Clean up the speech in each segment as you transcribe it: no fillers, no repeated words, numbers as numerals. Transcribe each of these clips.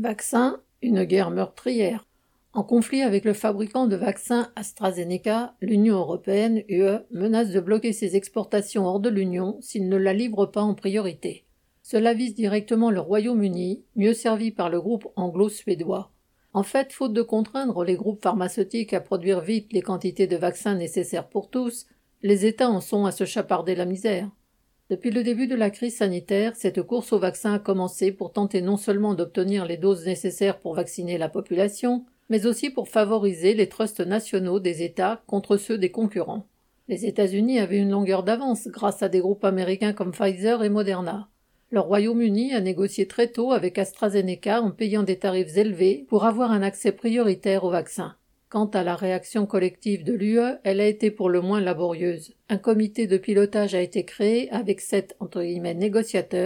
Vaccin, une guerre meurtrière. En conflit avec le fabricant de vaccins AstraZeneca, l'Union européenne, UE, menace de bloquer ses exportations hors de l'Union s'il ne la livre pas en priorité. Cela vise directement le Royaume-Uni, mieux servi par le groupe anglo-suédois. En fait, faute de contraindre les groupes pharmaceutiques à produire vite les quantités de vaccins nécessaires pour tous, les États en sont à se chaparder la misère. Depuis le début de la crise sanitaire, cette course aux vaccins a commencé pour tenter non seulement d'obtenir les doses nécessaires pour vacciner la population, mais aussi pour favoriser les trusts nationaux des États contre ceux des concurrents. Les États-Unis avaient une longueur d'avance grâce à des groupes américains comme Pfizer et Moderna. Le Royaume-Uni a négocié très tôt avec AstraZeneca en payant des tarifs élevés pour avoir un accès prioritaire aux vaccins. Quant à la réaction collective de l'UE, elle a été pour le moins laborieuse. Un comité de pilotage a été créé avec 7 « négociateurs »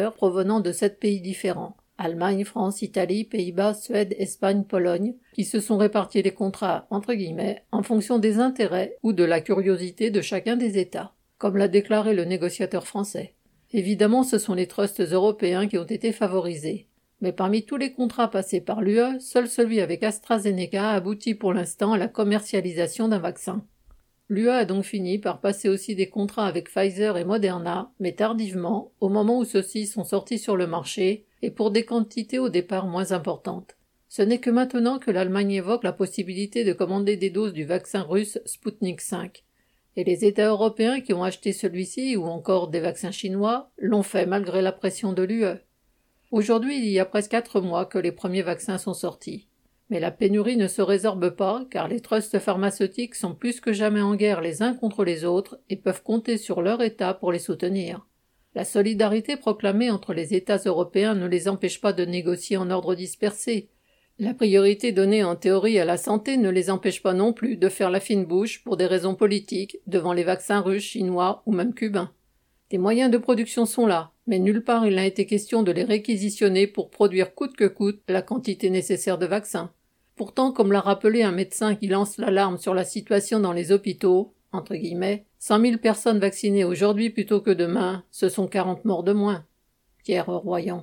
provenant de 7 pays différents. Allemagne, France, Italie, Pays-Bas, Suède, Espagne, Pologne, qui se sont répartis les contrats « en fonction des intérêts ou de la curiosité de chacun des États », comme l'a déclaré le négociateur français. Évidemment, ce sont les trusts européens qui ont été favorisés. Mais parmi tous les contrats passés par l'UE, seul celui avec AstraZeneca aboutit pour l'instant à la commercialisation d'un vaccin. L'UE a donc fini par passer aussi des contrats avec Pfizer et Moderna, mais tardivement, au moment où ceux-ci sont sortis sur le marché, et pour des quantités au départ moins importantes. Ce n'est que maintenant que l'Allemagne évoque la possibilité de commander des doses du vaccin russe Sputnik V. Et les États européens qui ont acheté celui-ci, ou encore des vaccins chinois, l'ont fait malgré la pression de l'UE. Aujourd'hui, il y a presque 4 mois que les premiers vaccins sont sortis. Mais la pénurie ne se résorbe pas, car les trusts pharmaceutiques sont plus que jamais en guerre les uns contre les autres et peuvent compter sur leur État pour les soutenir. La solidarité proclamée entre les États européens ne les empêche pas de négocier en ordre dispersé. La priorité donnée en théorie à la santé ne les empêche pas non plus de faire la fine bouche pour des raisons politiques devant les vaccins russes, chinois ou même cubains. Des moyens de production sont là, mais nulle part il n'a été question de les réquisitionner pour produire coûte que coûte la quantité nécessaire de vaccins. Pourtant, comme l'a rappelé un médecin qui lance l'alarme sur la situation dans les hôpitaux, entre guillemets, 100 000 personnes vaccinées aujourd'hui plutôt que demain, ce sont 40 morts de moins. Pierre Royan.